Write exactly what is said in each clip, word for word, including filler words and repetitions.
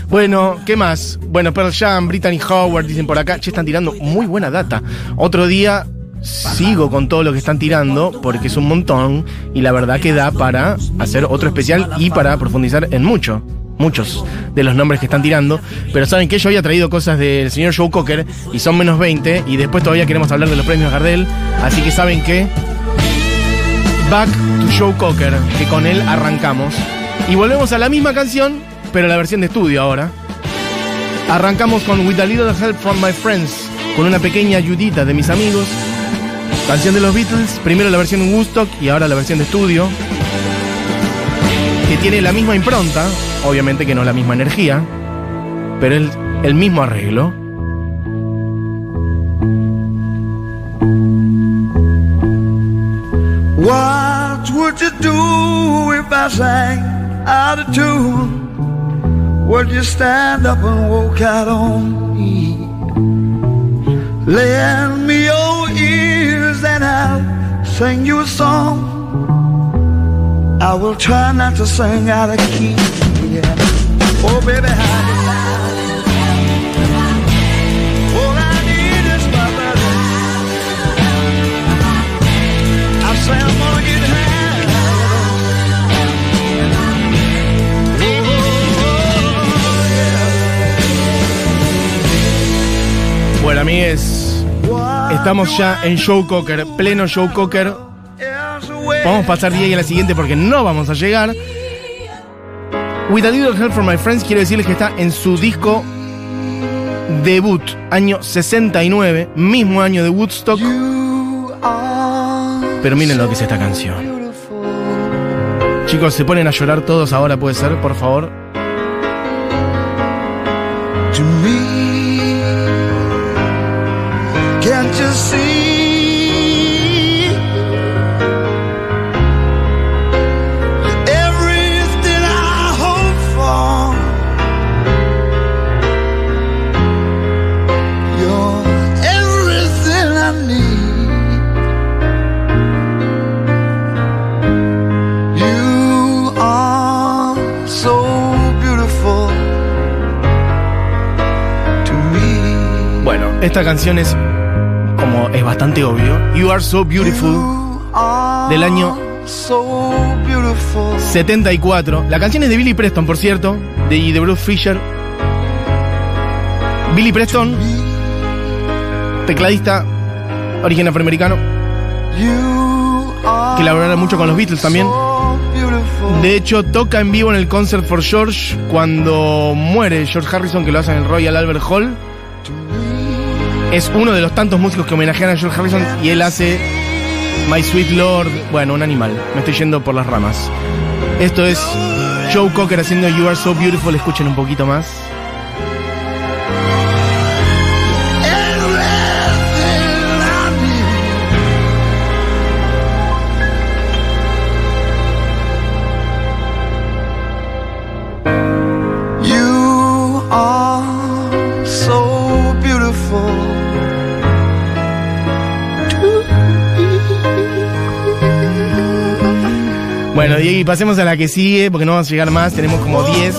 Bueno, ¿qué más? Bueno, Pearl Jam, Brittany Howard, dicen por acá. Che, están tirando muy buena data. Otro día sigo con todo lo que están tirando, porque es un montón, y la verdad que da para hacer otro especial y para profundizar en mucho. Muchos de los nombres que están tirando. Pero saben que yo había traído cosas del señor Joe Cocker y son menos veinte. Y después todavía queremos hablar de los premios Gardel. Así que saben que Back to Joe Cocker, que con él arrancamos. Y volvemos a la misma canción, pero la versión de estudio ahora. Arrancamos con With a Little Help from My Friends, con una pequeña ayudita de mis amigos. Canción de los Beatles. Primero la versión en Woodstock y ahora la versión de estudio, que tiene la misma impronta. Obviamente que no la misma energía, pero el, el mismo arreglo. What would you do if I sang out of tune? Would you stand up and walk out on me? Lend me your ears and I'll sing you a song. I will try not to sing out of key. Yeah. Oh baby, how you like? All I need is my brother. I say I'm gonna get high. Oh, yeah. Bueno, amigues, estamos ya en Joe Cocker, pleno Joe Cocker. Vamos a pasar día y a la siguiente porque no vamos a llegar. With a Little Help from My Friends, quiero decirles que está en su disco debut, año sesenta y nueve, mismo año de Woodstock. Pero miren lo que es esta canción. Chicos, se ponen a llorar todos ahora, puede ser, por favor. To me, can't you see? Esta canción es, como es bastante obvio, You Are So Beautiful, del año setenta y cuatro. La canción es de Billy Preston, por cierto, de, de Bruce Fisher. Billy Preston, tecladista, origen afroamericano, que laborara mucho con los Beatles también. De hecho, toca en vivo en el Concert for George cuando muere George Harrison, que lo hace en el Royal Albert Hall. Es uno de los tantos músicos que homenajean a George Harrison y él hace My Sweet Lord. Bueno, un animal. Me estoy yendo por las ramas. Esto es Joe Cocker haciendo You Are So Beautiful. Escuchen un poquito más. You are so beautiful. Bueno, y pasemos a la que sigue, porque no vamos a llegar más, tenemos como diez.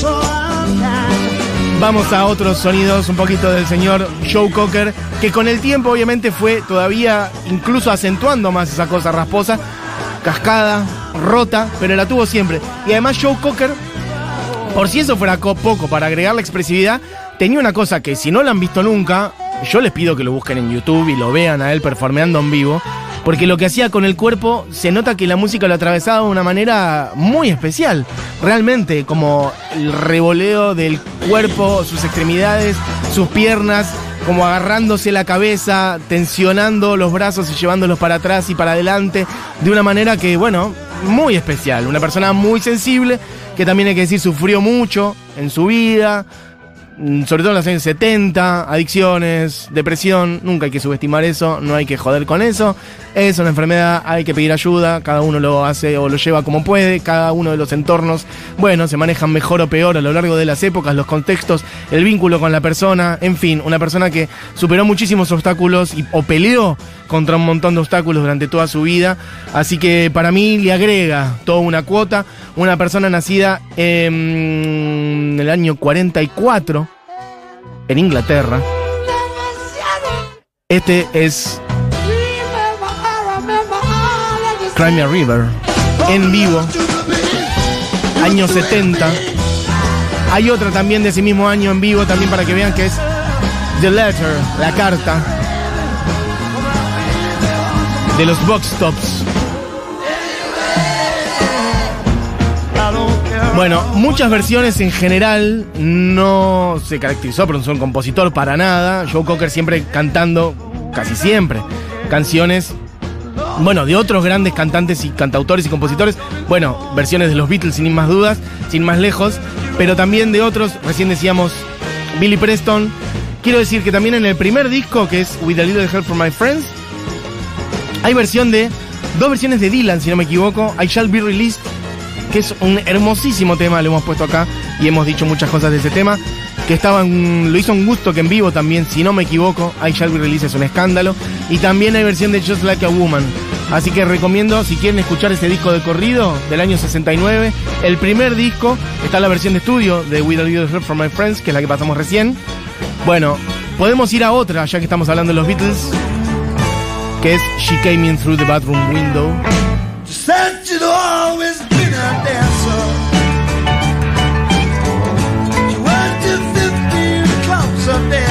Vamos a otros sonidos, un poquito del señor Joe Cocker, que con el tiempo obviamente fue todavía incluso acentuando más esa cosa rasposa, cascada, rota, pero la tuvo siempre. Y además Joe Cocker, por si eso fuera poco para agregar la expresividad, tenía una cosa que si no la han visto nunca, yo les pido que lo busquen en YouTube y lo vean a él performeando en vivo. Porque lo que hacía con el cuerpo, se nota que la música lo atravesaba de una manera muy especial. Realmente, como el revoleo del cuerpo, sus extremidades, sus piernas, como agarrándose la cabeza, tensionando los brazos y llevándolos para atrás y para adelante, de una manera que, bueno, muy especial. Una persona muy sensible, que también hay que decir, sufrió mucho en su vida, sobre todo en los años setenta, adicciones, depresión, nunca hay que subestimar eso, no hay que joder con eso, es una enfermedad, hay que pedir ayuda, cada uno lo hace o lo lleva como puede, cada uno de los entornos, bueno, se manejan mejor o peor a lo largo de las épocas, los contextos, el vínculo con la persona, en fin, una persona que superó muchísimos obstáculos y, o peleó contra un montón de obstáculos durante toda su vida. Así que para mí le agrega toda una cuota. Una persona nacida en el año cuarenta y cuatro en Inglaterra. Este es Cry Me a River en vivo, año setenta. Hay otra también de ese mismo año en vivo, también para que vean que es The Letter, la carta de los Box Tops. Bueno, muchas versiones en general. No se caracterizó por un compositor para nada. Joe Cocker siempre cantando, casi siempre, canciones, bueno, de otros grandes cantantes y cantautores y compositores. Bueno, versiones de los Beatles sin más dudas, sin más lejos, pero también de otros. Recién decíamos Billy Preston. Quiero decir que también en el primer disco, que es With a Little Help from My Friends, hay versión de, dos versiones de Dylan, si no me equivoco. I Shall Be Released, que es un hermosísimo tema, lo hemos puesto acá y hemos dicho muchas cosas de ese tema, que estaba en, lo hizo un gusto que en vivo también, si no me equivoco. I Shall Be Released es un escándalo. Y también hay versión de Just Like a Woman. Así que recomiendo, si quieren escuchar ese disco de corrido del año sesenta y nueve, el primer disco, está la versión de estudio de With a Little Help from My Friends, que es la que pasamos recién. Bueno, podemos ir a otra, ya que estamos hablando de los Beatles, que es She Came In Through the Bathroom Window. Said you'd always been a dancer. You went to fifteen clubs a day.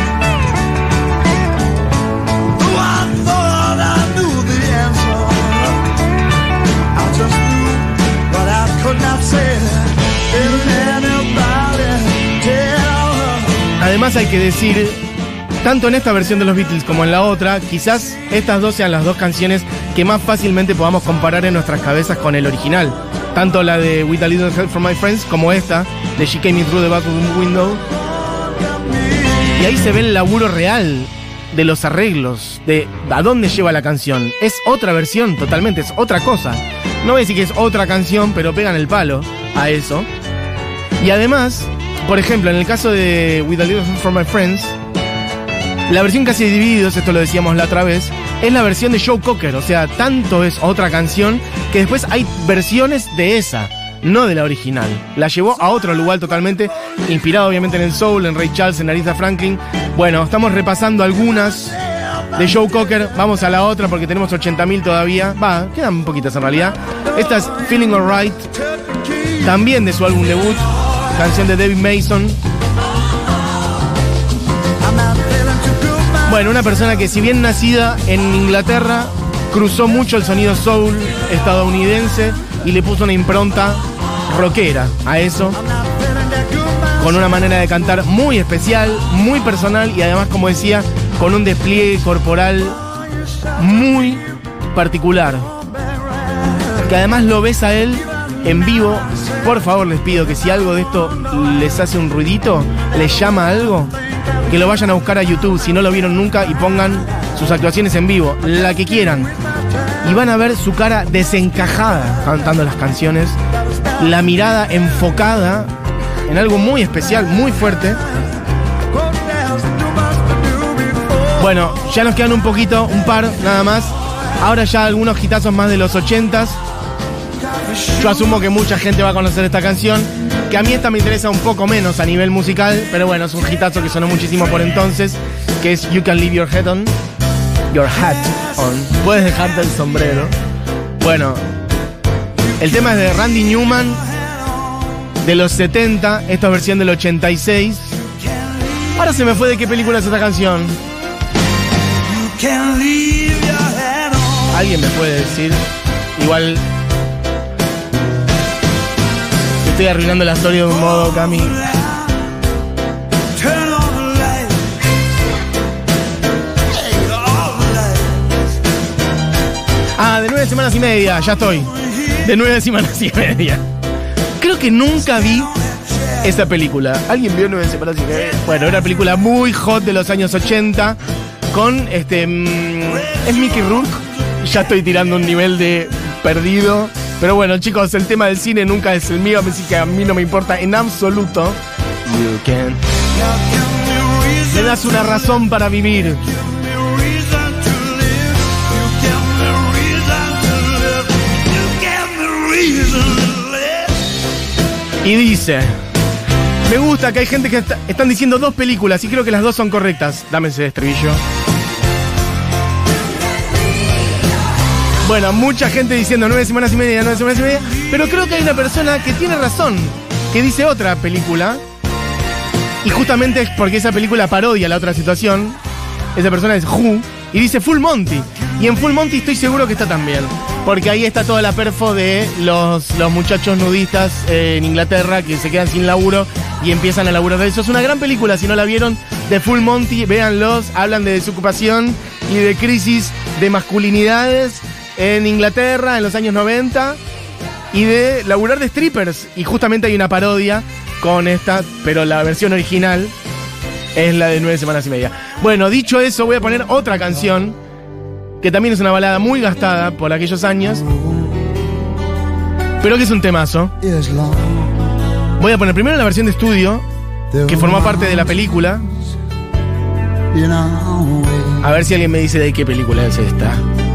Though I thought I knew the answer, I just knew what I could not say. Didn't anybody tell her. Además hay que decir, tanto en esta versión de los Beatles como en la otra, quizás estas dos sean las dos canciones que más fácilmente podamos comparar en nuestras cabezas con el original. Tanto la de With a Little Help from My Friends como esta de She Came In Through the Bathroom Window. Y ahí se ve el laburo real de los arreglos, de a dónde lleva la canción. Es otra versión totalmente, es otra cosa. No voy a decir que es otra canción, pero pegan el palo a eso. Y además, por ejemplo, en el caso de With a Little Help from My Friends, la versión casi de Divididos, esto lo decíamos la otra vez, es la versión de Joe Cocker. O sea, tanto es otra canción que después hay versiones de esa, no de la original. La llevó a otro lugar totalmente, inspirado obviamente en el soul, en Ray Charles, en Aretha Franklin. Bueno, estamos repasando algunas de Joe Cocker. Vamos a la otra porque tenemos ochenta mil todavía. Va, quedan poquitas en realidad. Esta es Feeling Alright, también de su álbum debut, canción de David Mason. Bueno, una persona que, si bien nacida en Inglaterra, cruzó mucho el sonido soul estadounidense y le puso una impronta rockera a eso, con una manera de cantar muy especial, muy personal y además, como decía, con un despliegue corporal muy particular, que además lo ves a él en vivo. Por favor, les pido que si algo de esto les hace un ruidito, les llama algo, que lo vayan a buscar a YouTube si no lo vieron nunca y pongan sus actuaciones en vivo, la que quieran, y van a ver su cara desencajada cantando las canciones, la mirada enfocada en algo muy especial, muy fuerte. Bueno, ya nos quedan un poquito, un par nada más. Ahora ya algunos hitazos más de los ochentas. Yo asumo que mucha gente va a conocer esta canción, que a mí esta me interesa un poco menos a nivel musical, pero bueno, es un hitazo que sonó muchísimo por entonces, que es You Can Leave Your Head On, Your Hat On. Puedes dejarte el sombrero. Bueno, el tema es de Randy Newman, de los setenta, esta es versión del ochenta y seis. Ahora se me fue de qué película es esta canción. ¿Alguien me puede decir? Igual estoy arruinando la historia de un modo, Cami. Ah, de nueve semanas y media, ya estoy. De nueve semanas y media. Creo que nunca vi esa película. ¿Alguien vio nueve semanas y media? Bueno, era una película muy hot de los años ochenta. Con este... Mmm, es Mickey Rourke. Ya estoy tirando un nivel de perdido. Pero bueno, chicos, el tema del cine nunca es el mío, así que a mí no me importa en absoluto. You can. Le das una razón para vivir. Y dice: me gusta que hay gente que está, están diciendo dos películas y creo que las dos son correctas. Dame ese estribillo. Bueno, mucha gente diciendo nueve semanas y media, nueve semanas y media. Pero creo que hay una persona que tiene razón, que dice otra película. Y justamente es porque esa película parodia la otra situación. Esa persona es Who y dice Full Monty. Y en Full Monty estoy seguro que está también. Porque ahí está toda la perfo de los, los muchachos nudistas eh, en Inglaterra que se quedan sin laburo y empiezan a laburar de eso. Es una gran película, si no la vieron, de Full Monty, véanlos. Hablan de desocupación y de crisis de masculinidades en Inglaterra en los años noventa y de laburar de strippers. Y justamente hay una parodia con esta, pero la versión original es la de nueve semanas y media. Bueno, dicho eso, voy a poner otra canción que también es una balada muy gastada por aquellos años, pero que es un temazo. Voy a poner primero la versión de estudio, que formó parte de la película. A ver si alguien me dice de qué película es esta.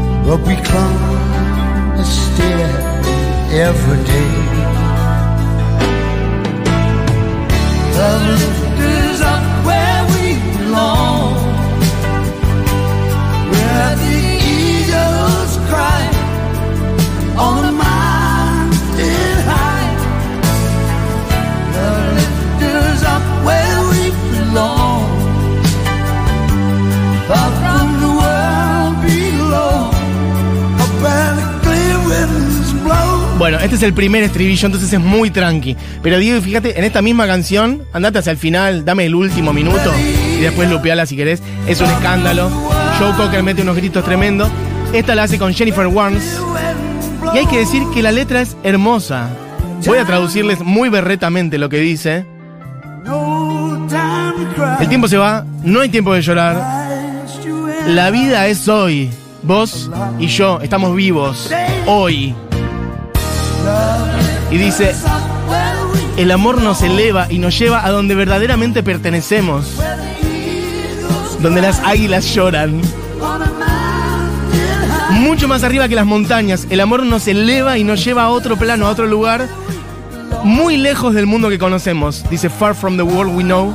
Bueno, este es el primer estribillo, entonces es muy tranqui. Pero Diego, fíjate, en esta misma canción, andate hacia el final, dame el último minuto y después lupeala si querés. Es un escándalo. Joe Cocker mete unos gritos tremendos. Esta la hace con Jennifer Warnes. Y hay que decir que la letra es hermosa. Voy a traducirles muy berretamente lo que dice. El tiempo se va, no hay tiempo de llorar. La vida es hoy. Vos y yo estamos vivos hoy. Y dice: el amor nos eleva y nos lleva a donde verdaderamente pertenecemos, donde las águilas lloran. Mucho más arriba que las montañas, el amor nos eleva y nos lleva a otro plano, a otro lugar, muy lejos del mundo que conocemos. Dice: far from the world we know.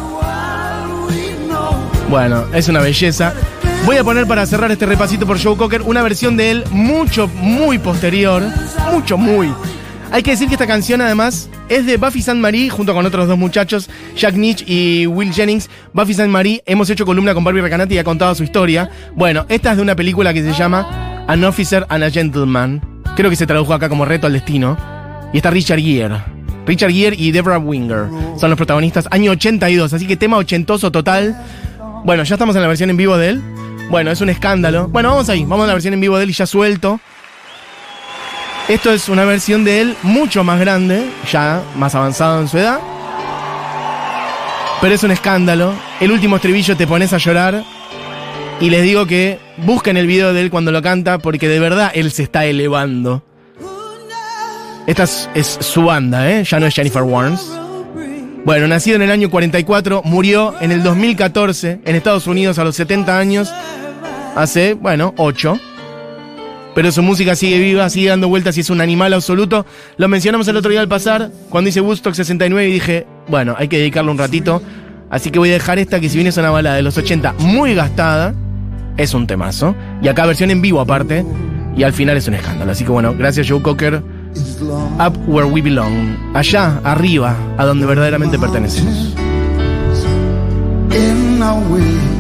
Bueno, es una belleza. Voy a poner, para cerrar este repasito por Joe Cocker, una versión de él mucho, muy posterior. Mucho, muy. Hay que decir que esta canción, además, es de Buffy Sainte-Marie, junto con otros dos muchachos, Jack Nitzsche y Will Jennings. Buffy Sainte-Marie, hemos hecho columna con Barbie Recanati y ha contado su historia. Bueno, esta es de una película que se llama An Officer and a Gentleman. Creo que se tradujo acá como Reto al Destino. Y está Richard Gere. Richard Gere y Deborah Winger son los protagonistas. Año ochenta y dos, así que tema ochentoso total. Bueno, ya estamos en la versión en vivo de él. Bueno, es un escándalo. Bueno, vamos ahí, vamos a la versión en vivo de él y ya suelto. Esto es una versión de él mucho más grande, ya más avanzado en su edad. Pero es un escándalo. El último estribillo te pones a llorar. Y les digo que busquen el video de él cuando lo canta, porque de verdad él se está elevando. Esta es, es su banda, ¿eh? Ya no es Jennifer Warnes. Bueno, nacido en el año cuarenta y cuatro, murió en el dos mil catorce en Estados Unidos a los setenta años. Hace, bueno, ocho. Pero su música sigue viva, sigue dando vueltas y es un animal absoluto. Lo mencionamos el otro día al pasar, cuando hice Woodstock sesenta y nueve, y dije, bueno, hay que dedicarle un ratito. Así que voy a dejar esta, que si bien es una balada de los ochenta muy gastada, es un temazo. Y acá versión en vivo aparte, y al final es un escándalo. Así que bueno, gracias Joe Cocker. Up where we belong. Allá, arriba, a donde verdaderamente pertenecemos.